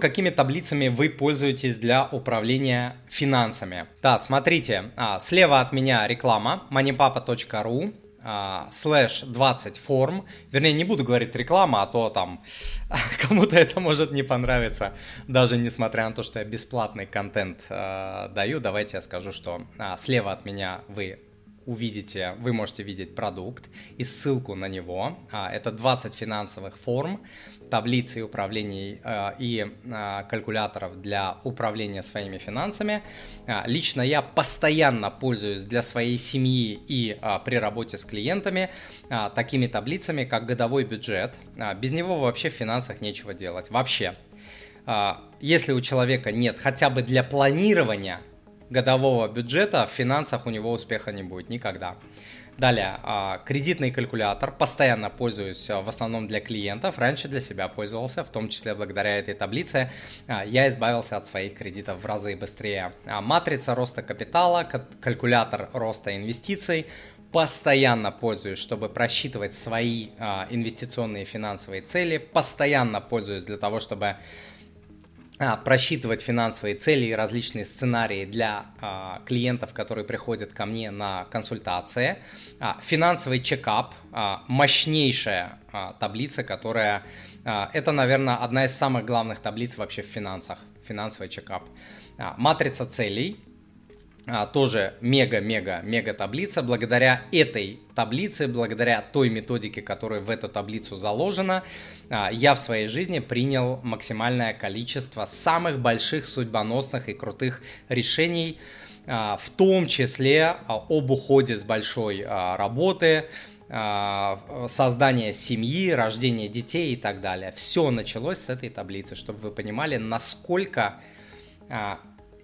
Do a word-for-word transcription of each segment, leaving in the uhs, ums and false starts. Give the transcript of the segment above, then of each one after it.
какими таблицами вы пользуетесь для управления финансами. Да, смотрите, а, слева от меня реклама moneypapa точка ру слэш двадцать форм. Вернее, не буду говорить реклама, а то там кому-то это может не понравиться, даже несмотря на то, что я бесплатный контент э, даю. Давайте я скажу, что а, слева от меня вы увидите, вы можете видеть продукт и ссылку на него. А, это двадцать финансовых форм, таблицы управлений э, и э, калькуляторов для управления своими финансами. А, лично я постоянно пользуюсь для своей семьи и а, при работе с клиентами а, такими таблицами, как годовой бюджет. А, без него вообще в финансах нечего делать. Вообще. А, если у человека нет хотя бы для планирования годового бюджета, в финансах у него успеха не будет никогда. Далее, кредитный калькулятор. Постоянно пользуюсь в основном для клиентов. Раньше для себя пользовался, в том числе благодаря этой таблице я избавился от своих кредитов в разы быстрее. Матрица роста капитала, калькулятор роста инвестиций. Постоянно пользуюсь, чтобы просчитывать свои инвестиционные финансовые цели. Постоянно пользуюсь для того, чтобы А, просчитывать финансовые цели и различные сценарии для а, клиентов, которые приходят ко мне на консультации. А, финансовый чекап, а, мощнейшая а, таблица, которая, а, это, наверное, одна из самых главных таблиц вообще в финансах, финансовый чекап. А, матрица целей. А, тоже мега-мега-мега таблица. Благодаря этой таблице, благодаря той методике, которая в эту таблицу заложена, а, я в своей жизни принял максимальное количество самых больших, судьбоносных и крутых решений, а, в том числе а, об уходе с большой а, работы, а, создание семьи, рождение детей и так далее. Все началось с этой таблицы, чтобы вы понимали, насколько а,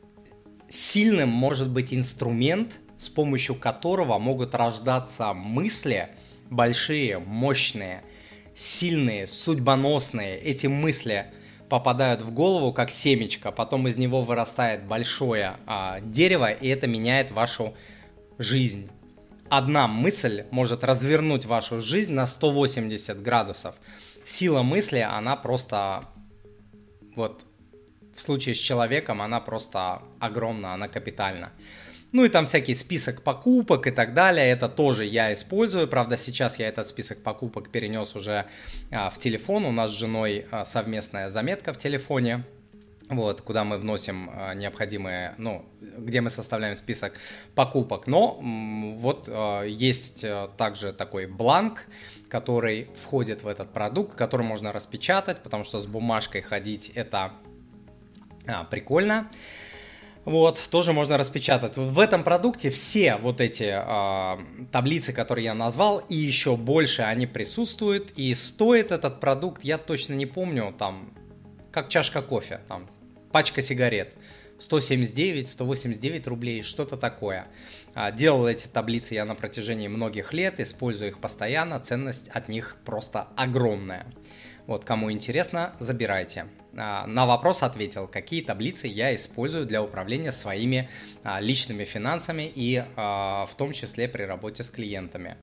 сильным может быть инструмент, с помощью которого могут рождаться мысли большие, мощные, сильные, судьбоносные. Эти мысли попадают в голову как семечко, потом из него вырастает большое а, дерево, и это меняет вашу жизнь. Одна мысль может развернуть вашу жизнь на сто восемьдесят градусов. Сила мысли, она просто вот... В случае с человеком она просто огромна, она капитальна. Ну и там всякий список покупок и так далее, это тоже я использую. Правда, сейчас я этот список покупок перенес уже а, в телефон. У нас с женой а, совместная заметка в телефоне, вот, куда мы вносим а, необходимые, ну, где мы составляем список покупок. Но м, вот а, есть а, также такой бланк, который входит в этот продукт, который можно распечатать, потому что с бумажкой ходить это... А, прикольно. Вот, тоже можно распечатать. В этом продукте все вот эти э, таблицы, которые я назвал, и еще больше они присутствуют. И стоит этот продукт, я точно не помню, там, как чашка кофе, там, пачка сигарет. сто семьдесят девять, сто восемьдесят девять рублей, что-то такое. А, делал эти таблицы я на протяжении многих лет, использую их постоянно, ценность от них просто огромная. Вот, кому интересно, забирайте. На вопрос ответил, какие таблицы я использую для управления своими личными финансами и в том числе при работе с клиентами.